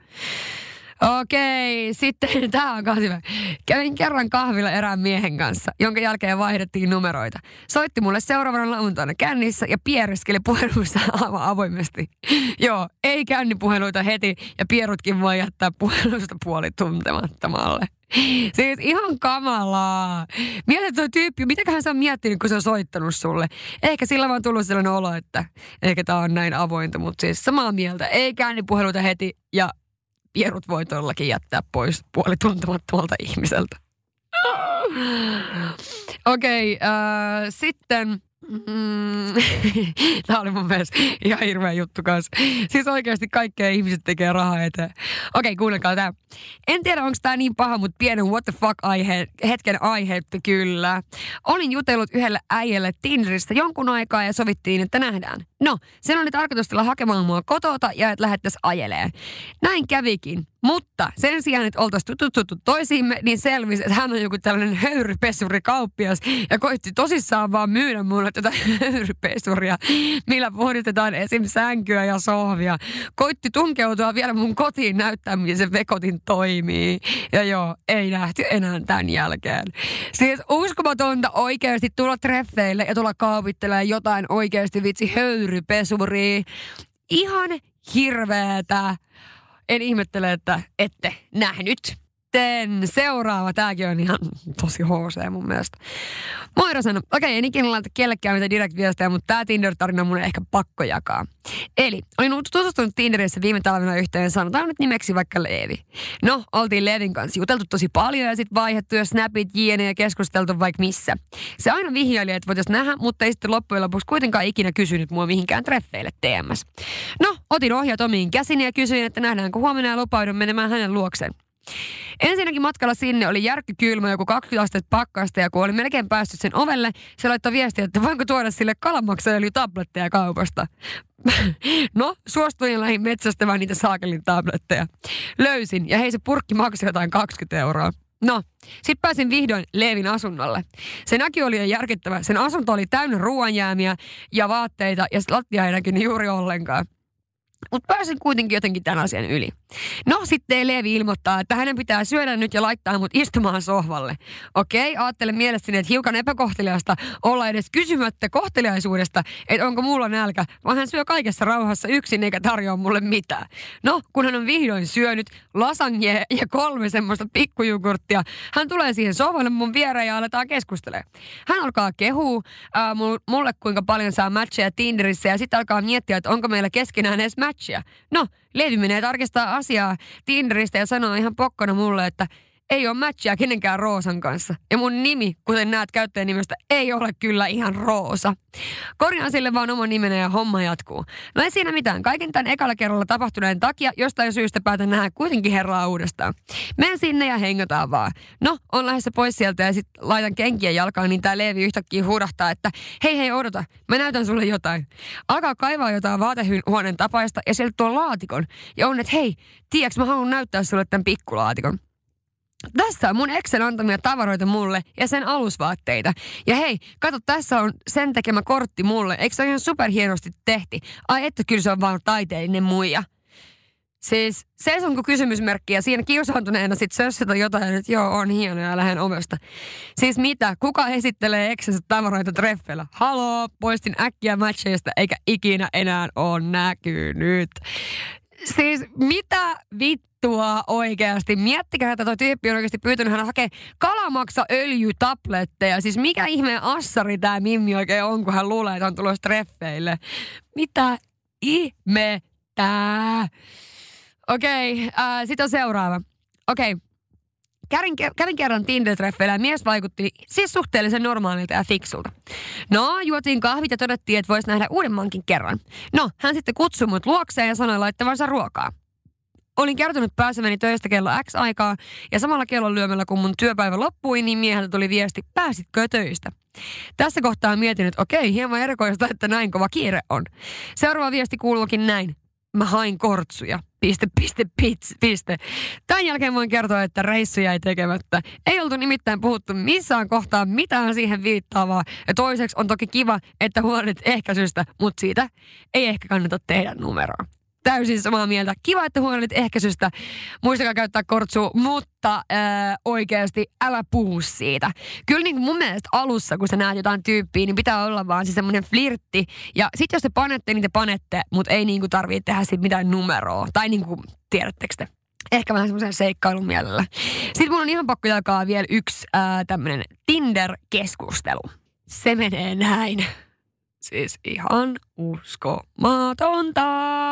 Okei, sitten tää on kanssa hyvä. Kävin kerran kahvilla erään miehen kanssa, jonka jälkeen vaihdettiin numeroita. Soitti mulle seuraavana lauantaina kännissä ja piereskeli puheluissa aivan avoimesti. Joo, ei kännipuheluita heti ja pierutkin voi jättää puhelusta puoli tuntemattomalle. Siis ihan kamalaa. Mietit tuo tyyppi, mitäköhän sä on miettinyt, kun se on soittanut sulle. Ehkä sillä vaan tullut sellainen olo, että ehkä tää on näin avointa, mutta siis samaa mieltä. Ei kännipuheluita heti ja pierut voi todellakin jättää pois puoli tuntemattomalta ihmiseltä. Okei, okay, äh, sitten... Mm, tämä oli mun mielestä ihan hirveä juttu kanssa. Siis oikeasti kaikkea ihmiset tekee rahaa eteen. Okei, okay, kuunnelkaa tää. En tiedä, onko tää niin paha, mutta pienen what the fuck aihe, hetken aihetta kyllä. Olin jutellut yhdelle äijälle Tinderistä jonkun aikaa ja sovittiin, että nähdään. No, sen oli tarkoitus tulla hakemaan mua kotota ja että lähettäisiin ajeleen. Näin kävikin. Mutta sen sijaan, että oltaisiin tututtu toisiimme, niin selvisi, että hän on joku tällainen höyrypesurikauppias ja koitti tosissaan vaan myydä mulle tätä höyrypesuria, millä puhdistetaan esim. Sänkyä ja sohvia. Koitti tunkeutua vielä mun kotiin näyttää, miten se vekotin toimii. Ja joo, ei nähty enää tämän jälkeen. Siis uskomatonta oikeasti tulla treffeille ja tulla kaupittelemaan jotain oikeasti vitsi höyrypesuria. Ihan hirveetä. En ihmettele, että ette nähnyt. sitten seuraava. Tääkin on ihan tosi H C mun mielestä. Moi Rosanna. Okei, en ikinä laita kellekään mitä direct-viestejä, mutta tää Tinder-tarina on mun ehkä pakko jakaa. Eli olin tutustunut Tinderissä viime talvena yhteen, sanotaan nyt nimeksi vaikka Leevi. No, oltiin Leevin kanssa juteltu tosi paljon ja sit vaihdettu jo snapit, jiene ja keskusteltu vaikka missä. Se aina vihjaili, että voitais nähdä, mutta ei sitten loppujen lopuksi kuitenkaan ikinä kysynyt mua mihinkään treffeille T M S. No, otin ohjat omiin käsini ja kysyin, että nähdäänkö huomenna ja lupaudun menemään hänen luokseen. Ensinnäkin matkalla sinne oli järkkykylmä, joku kaksikymmentä astetta pakkasta, ja kun oli melkein päässyt sen ovelle, se laittoi viestiä, että voinko tuoda sille kalamaksaöljytabletteja kaupasta. No, suostuin ja lähdin metsästämään niitä saakelin tabletteja. Löysin, ja hei, se purkki maksoi jotain kaksikymmentä euroa. No, sit pääsin vihdoin Leevin asunnolle. Se näky oli jo järkyttävä. Sen asunto oli täynnä ruoanjäämiä ja vaatteita, ja lattia ei näkynyt juuri ollenkaan. Mutta pääsin kuitenkin jotenkin tämän asian yli. No, sitten Leevi ilmoittaa, että hänen pitää syödä nyt ja laittaa mut istumaan sohvalle. Okei, ajattelen mielestäni, että hiukan epäkohteliasta olla edes kysymättä kohteliaisuudesta, että onko mulla nälkä, vaan hän syö kaikessa rauhassa yksin eikä tarjoa mulle mitään. No, kun hän on vihdoin syönyt lasagne ja kolme semmoista pikkujugurttia, hän tulee siihen sohvalle mun viereen ja aletaan keskustelemaan. Hän alkaa kehua äh, mulle, kuinka paljon saa matcheja Tinderissä, ja sitten alkaa miettiä, että onko meillä keskenään edes matchia. No, Leevi menee tarkistaa asiaa Tinderistä ja sanoo ihan pokkona mulle, että ei ole matchia kenenkään Roosan kanssa. Ja mun nimi, kuten näet käyttäjänimestä, ei ole kyllä ihan Roosa. Korjaan sille vaan oman nimenen ja homma jatkuu. No ei siinä mitään. Kaiken tämän ekalla kerralla tapahtuneen takia jostain syystä päätän nähdä kuitenkin herraa uudestaan. Menen sinne ja hengataan vaan. No, on lähdössä pois sieltä ja sit laitan kenkiä jalkaan, niin tää Leevi yhtäkkiä huudahtaa, että hei hei odota, mä näytän sulle jotain. Alkaa kaivaa jotain vaatehuoneen tapaista ja sieltä tuo laatikon. Ja on, että hei, tiiäks mä haluan näyttää sulle tämän pikkulaatikon. Tässä on mun Exen antamia tavaroita mulle ja sen alusvaatteita. Ja hei, kato, tässä on sen tekemä kortti mulle. Eikö se ole ihan superhienosti tehty? Ai että kyllä se on vaan taiteellinen muija. Siis seisonko kysymysmerkki ja siinä kiusaantuneena sit sössätä jotain, että joo, on hieno ja lähden ovesta. Siis mitä? Kuka esittelee Exensä tavaroita treffeillä? Haloo, poistin äkkiä matcheista eikä ikinä enää ole näkynyt. Siis mitä vittua oikeasti? Miettikää, että toi tyyppi on oikeasti pyytänyt hän hakea kalamaksaöljytabletteja. Siis mikä ihmeen assari tää Mimmi oikein on, kun hän luulee, että on tulossa treffeille. Mitä ihmettä? Okei, äh, sit on seuraava. Okei. Kävin, kävin kerran Tinder-treffeillä ja mies vaikutti siis suhteellisen normaalilta ja fiksulta. No, juotiin kahvit ja todettiin, että voisi nähdä uudemmankin kerran. No, hän sitten kutsui mut luokseen ja sanoi laittavansa ruokaa. Olin kertonut pääseväni töistä kello X aikaa ja samalla kellon lyömällä kun mun työpäivä loppui, niin mieheltä tuli viesti, pääsitkö töistä? Tässä kohtaa mietin, että okei, hieman erikoista, että näin kova kiire on. Seuraava viesti kuuluukin näin. Mä hain kortsuja. Piste, piste, piste, piste. Tämän jälkeen voin kertoa, että reissu jäi tekemättä. Ei oltu nimittäin puhuttu missään kohtaa mitään siihen viittaavaa. Ja toiseksi on toki kiva, että huolet ehkäisystä, mutta siitä ei ehkä kannata tehdä numeroa. Täysin samaa mieltä. Kiva, että huolet ehkäisystä. Muistakaa käyttää kortsua, mutta ää, oikeasti älä puhu siitä. Kyllä niin kuin mun mielestä alussa, kun sä näet jotain tyyppiä, niin pitää olla vaan se semmoinen flirtti. Ja sit jos te panette, niin te panette, mutta ei niin kuin tarvitse tehdä siitä mitään numeroa. Tai niin kuin, tiedättekö te? Ehkä vähän semmoisen seikkailun mielellä. Sitten mun on ihan pakko jakaa vielä yksi ää, tämmönen Tinder-keskustelu. Se menee näin. Siis ihan uskomatonta.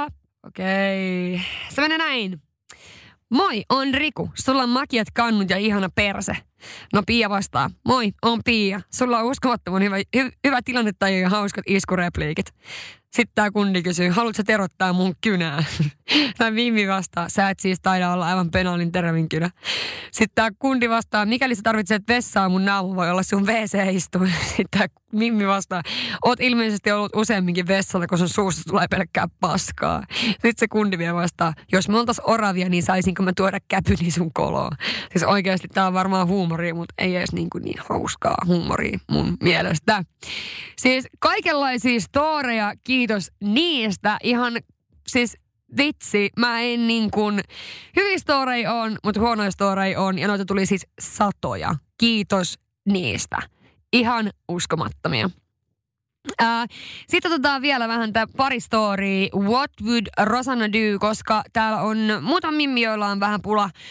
Okei. Se menee näin. Moi, on Riku. Sulla on makiat kannut ja ihana perse. No Pia vastaa. Moi, on Pia. Sulla on uskomattoman hyvä, hy, hyvä tilannetaju ja hauskat iskurepliikit. Sitten tää kundi kysyy, haluatko terottaa mun kynää? Tai Mimmi vastaa, sä et siis taida olla aivan penaalin terävin kynä. Sitten tää kundi vastaa, mikäli sä tarvitset vessaa, mun naama voi olla sun wee see-istuin. Sitten tää Mimmi vastaa, oot ilmeisesti ollut useamminkin vessalla, kun sun suusta tulee pelkkää paskaa. Sitten se kundi vielä vastaa, jos me oltais oravia, niin saisinko mä tuoda käpyni sun koloon? Siis oikeasti tää on varmaan huumoria, mutta ei edes niin, kuin niin hauskaa huumoria mun mielestä. Siis kaikenlaisia storeja, kiitos niistä. Ihan siis vitsi, mä en niin kuin, hyviä storeja on, mutta huonoja storeja on. Ja noita tuli siis satoja. Kiitos niistä. Ihan uskomattomia. Ää, sitten otetaan vielä vähän tää pari storya. What would Rosanna do? Koska täällä on muutama mimmi, joilla on vähän pula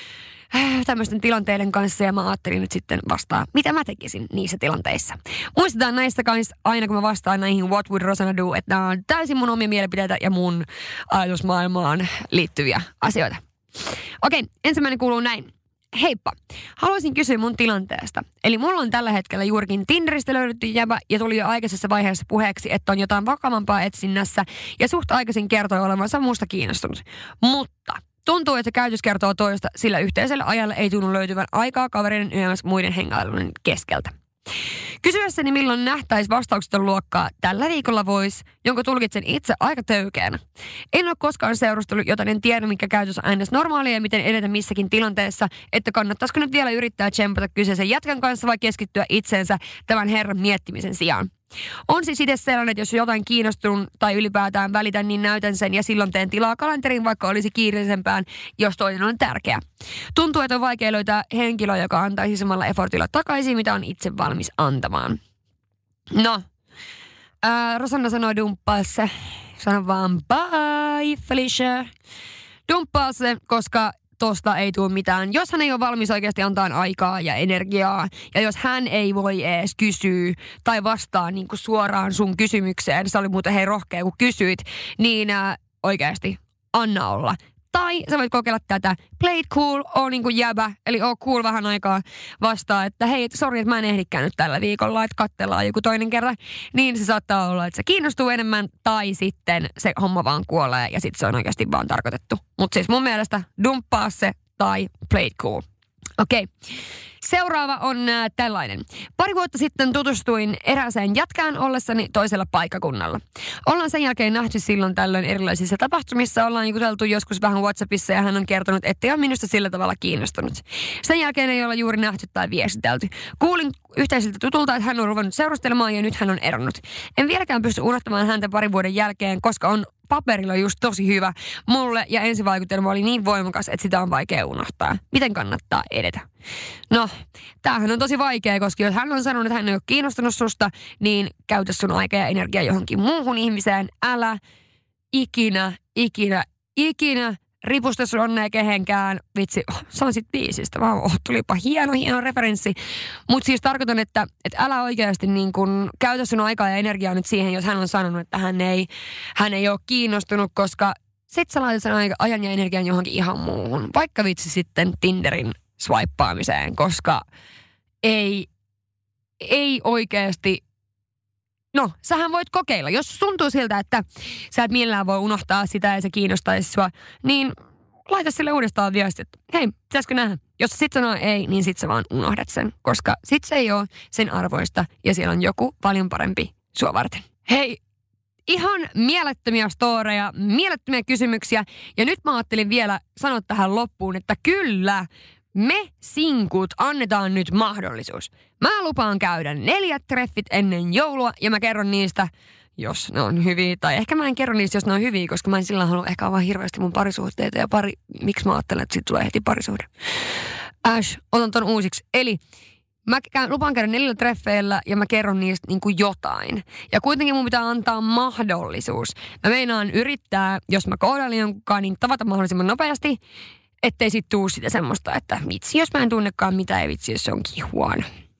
tämmöisten tilanteiden kanssa ja mä ajattelin nyt sitten vastaa, mitä mä tekisin niissä tilanteissa. Muistetaan näistä kanssa aina, kun mä vastaan näihin What Would Rosanna Do, että nämä on täysin mun omia mielipiteitä ja mun ajatusmaailmaan liittyviä asioita. Okei, ensimmäinen kuuluu näin. Heippa, haluaisin kysyä mun tilanteesta. Eli mulla on tällä hetkellä juurikin Tinderistä löydetty jäbä ja tuli jo aikaisessa vaiheessa puheeksi, että on jotain vakavampaa etsinnässä ja suht aikaisin kertoi olevansa musta kiinnostunut. Mutta tuntuu, että käytös kertoo toista, sillä yhteiselle ajalle ei tunnu löytyvän aikaa kavereiden yömässä muiden hengailujen keskeltä. Kysyessäni milloin nähtäisi vastaukseton luokkaa tällä viikolla voisi, jonka tulkitsen itse aika töykeänä. En ole koskaan seurustellut, joten en tiedä, mikä käytös on aina normaalia ja miten edetä missäkin tilanteessa, että kannattaisiko nyt vielä yrittää tsempata kyseisen jätkän kanssa vai keskittyä itseensä tämän herran miettimisen sijaan. On siis itse sellainen, että jos jotain kiinnostunut tai ylipäätään välitän, niin näytän sen ja silloin teen tilaa kalenteriin, vaikka olisi kiireellisempään, jos toinen on tärkeä. Tuntuu, että on vaikea löytää henkilöä, joka antaisi samalla effortilla takaisin, mitä on itse valmis antamaan. No, ää, Rosanna sanoi dumppaa se. Sano vaan bye, Felicia. Dumppaa se, koska tosta ei tule mitään. Jos hän ei ole valmis oikeasti antaa aikaa ja energiaa, ja jos hän ei voi edes kysyä tai vastaa niin kuin suoraan sun kysymykseen, se oli muuten hei rohkea, kun kysyit, niin äh, oikeasti anna olla. Tai sä voit kokeilla tätä, play it cool, oo niinku jäbä, eli oo cool vähän aikaa vastaa, että hei, sori, että mä en ehdikään nyt tällä viikolla, että katsellaan joku toinen kerran. Niin se saattaa olla, että se kiinnostuu enemmän, tai sitten se homma vaan kuolee, ja sitten se on oikeasti vaan tarkoitettu. Mutta siis mun mielestä dumppaa se, tai play it cool. Okei. Okay. Seuraava on äh, tällainen. Pari vuotta sitten tutustuin erääseen jätkään ollessani toisella paikkakunnalla. Ollaan sen jälkeen nähty silloin tällöin erilaisissa tapahtumissa. Ollaan juteltu joskus vähän WhatsAppissa ja hän on kertonut, ettei ole minusta sillä tavalla kiinnostunut. Sen jälkeen ei olla juuri nähty tai viestitelty. Kuulin yhteisiltä tutulta, että hän on ruvennut seurustelemaan ja nyt hän on eronnut. En vieläkään pysty unohtamaan häntä parin vuoden jälkeen, koska on paperilla just tosi hyvä mulle ja ensivaikutelma oli niin voimakas, että sitä on vaikea unohtaa. Miten kannattaa edetä? No, tämähän on tosi vaikea, koska jos hän on sanonut, että hän ei ole kiinnostunut susta, niin käytä sun aikaa ja energiaa johonkin muuhun ihmiseen. Älä ikinä, ikinä, ikinä ripusta sun onnea kehenkään. Vitsi, oh, se on sit biisistä. Vaan oh, tulipa hieno, hieno referenssi. Mutta siis tarkoitan, että, että älä oikeasti niin kun käytä sun aikaa ja energiaa nyt siihen, jos hän on sanonut, että hän ei, hän ei ole kiinnostunut, koska sit sä laitat sen ajan ja energian johonkin ihan muuhun. Vaikka vitsi sitten Tinderin swipeaamiseen, koska ei, ei oikeasti. No, sähän voit kokeilla. Jos tuntuu siltä, että sä et millään voi unohtaa sitä ja se kiinnostaisi sua, niin laita sille uudestaan viesti, että hei, pitäisikö nähdä? Jos sit sanoo ei, niin sit sä vaan unohdat sen, koska sit se ei ole sen arvoista ja siellä on joku paljon parempi sua varten. Hei, ihan mielettömiä storeja, mielettömiä kysymyksiä ja nyt mä ajattelin vielä sanoa tähän loppuun, että kyllä, me sinkut annetaan nyt mahdollisuus. Mä lupaan käydä neljät treffit ennen joulua ja mä kerron niistä, jos ne on hyviä. Tai ehkä mä en kerro niistä, jos ne on hyviä, koska mä en sillä halua ehkä avaa hirveästi mun parisuhteita. Ja pari, miksi mä ajattelen, että siitä tulee heti parisuhde. Ash, otan ton uusiksi. Eli mä käyn, lupaan käydä neljällä treffeillä ja mä kerron niistä niin kuin jotain. Ja kuitenkin mun pitää antaa mahdollisuus. Mä meinaan yrittää, jos mä kohdailen jonkunkaan, niin tavata mahdollisimman nopeasti. Ettei sit tuu sitä semmoista, että vitsi, jos mä en tunnekaan mitään ja vitsi, jos se onkin huono.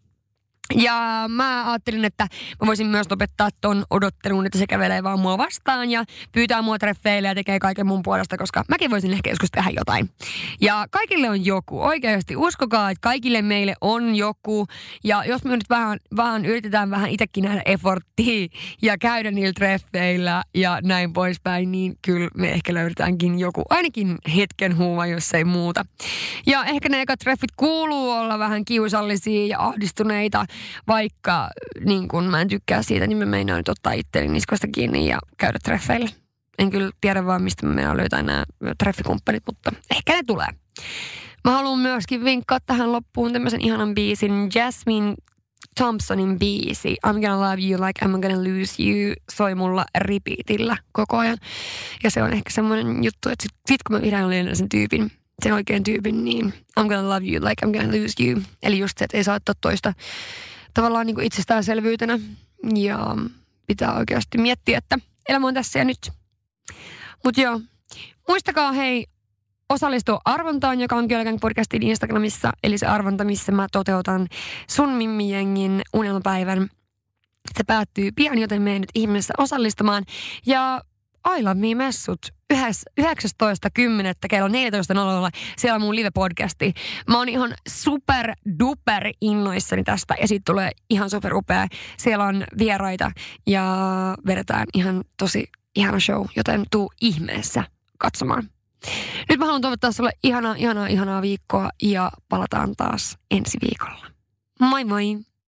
Ja mä ajattelin, että mä voisin myös lopettaa ton odottelun, että se kävelee vaan mua vastaan ja pyytää mua treffeille ja tekee kaiken mun puolesta, koska mäkin voisin ehkä joskus tehdä jotain. Ja kaikille on joku. Oikeasti uskokaa, että kaikille meille on joku. Ja jos me nyt vähän, vähän yritetään vähän itsekin nähdä efforttia ja käydä niillä treffeillä ja näin poispäin, niin kyllä me ehkä löydetäänkin joku. Ainakin hetken huuma, jos ei muuta. Ja ehkä ne ekat treffit kuuluu olla vähän kiusallisia ja ahdistuneita. Vaikka niin kun mä en tykkää siitä, niin mä meinaan nyt ottaa itteni niskoista kiinni ja käydä treffeillä. En kyllä tiedä vaan, mistä mä meinaan löytää nämä treffikumppanit, mutta ehkä ne tulee. Mä haluan myöskin vinkkaa tähän loppuun tämmöisen ihanan biisin. Jasmine Thompsonin biisi I'm gonna love you like I'm gonna lose you soi mulla repeatillä koko ajan. Ja se on ehkä semmoinen juttu, että sit, sit kun mä vihdoin olin sen tyypin, sen oikean tyypin, niin I'm gonna love you like I'm gonna lose you. Eli just se, että ei saa ottaa toista tavallaan niin kuin itsestäänselvyytenä. Ja pitää oikeasti miettiä, että elämä on tässä ja nyt. Mut joo, muistakaa hei, osallistua arvontaan, joka on Girl Gang podcastin Instagramissa, eli se arvonta, missä mä toteutan sun Mimmi-jengin unelmapäivän. Se päättyy pian, joten mene nyt ihmeessä osallistumaan. Ja I Love Me-messut yhdeksästoista kymmenettä kello neljätoista nolla nolla. Siellä on mun live-podcasti. Mä oon ihan super duper innoissani tästä ja siitä tulee ihan super upea. Siellä on vieraita ja vedetään ihan tosi ihana show, joten tuu ihmeessä katsomaan. Nyt mä haluan toivottaa sulle ihanaa, ihanaa, ihanaa viikkoa ja palataan taas ensi viikolla. Moi moi!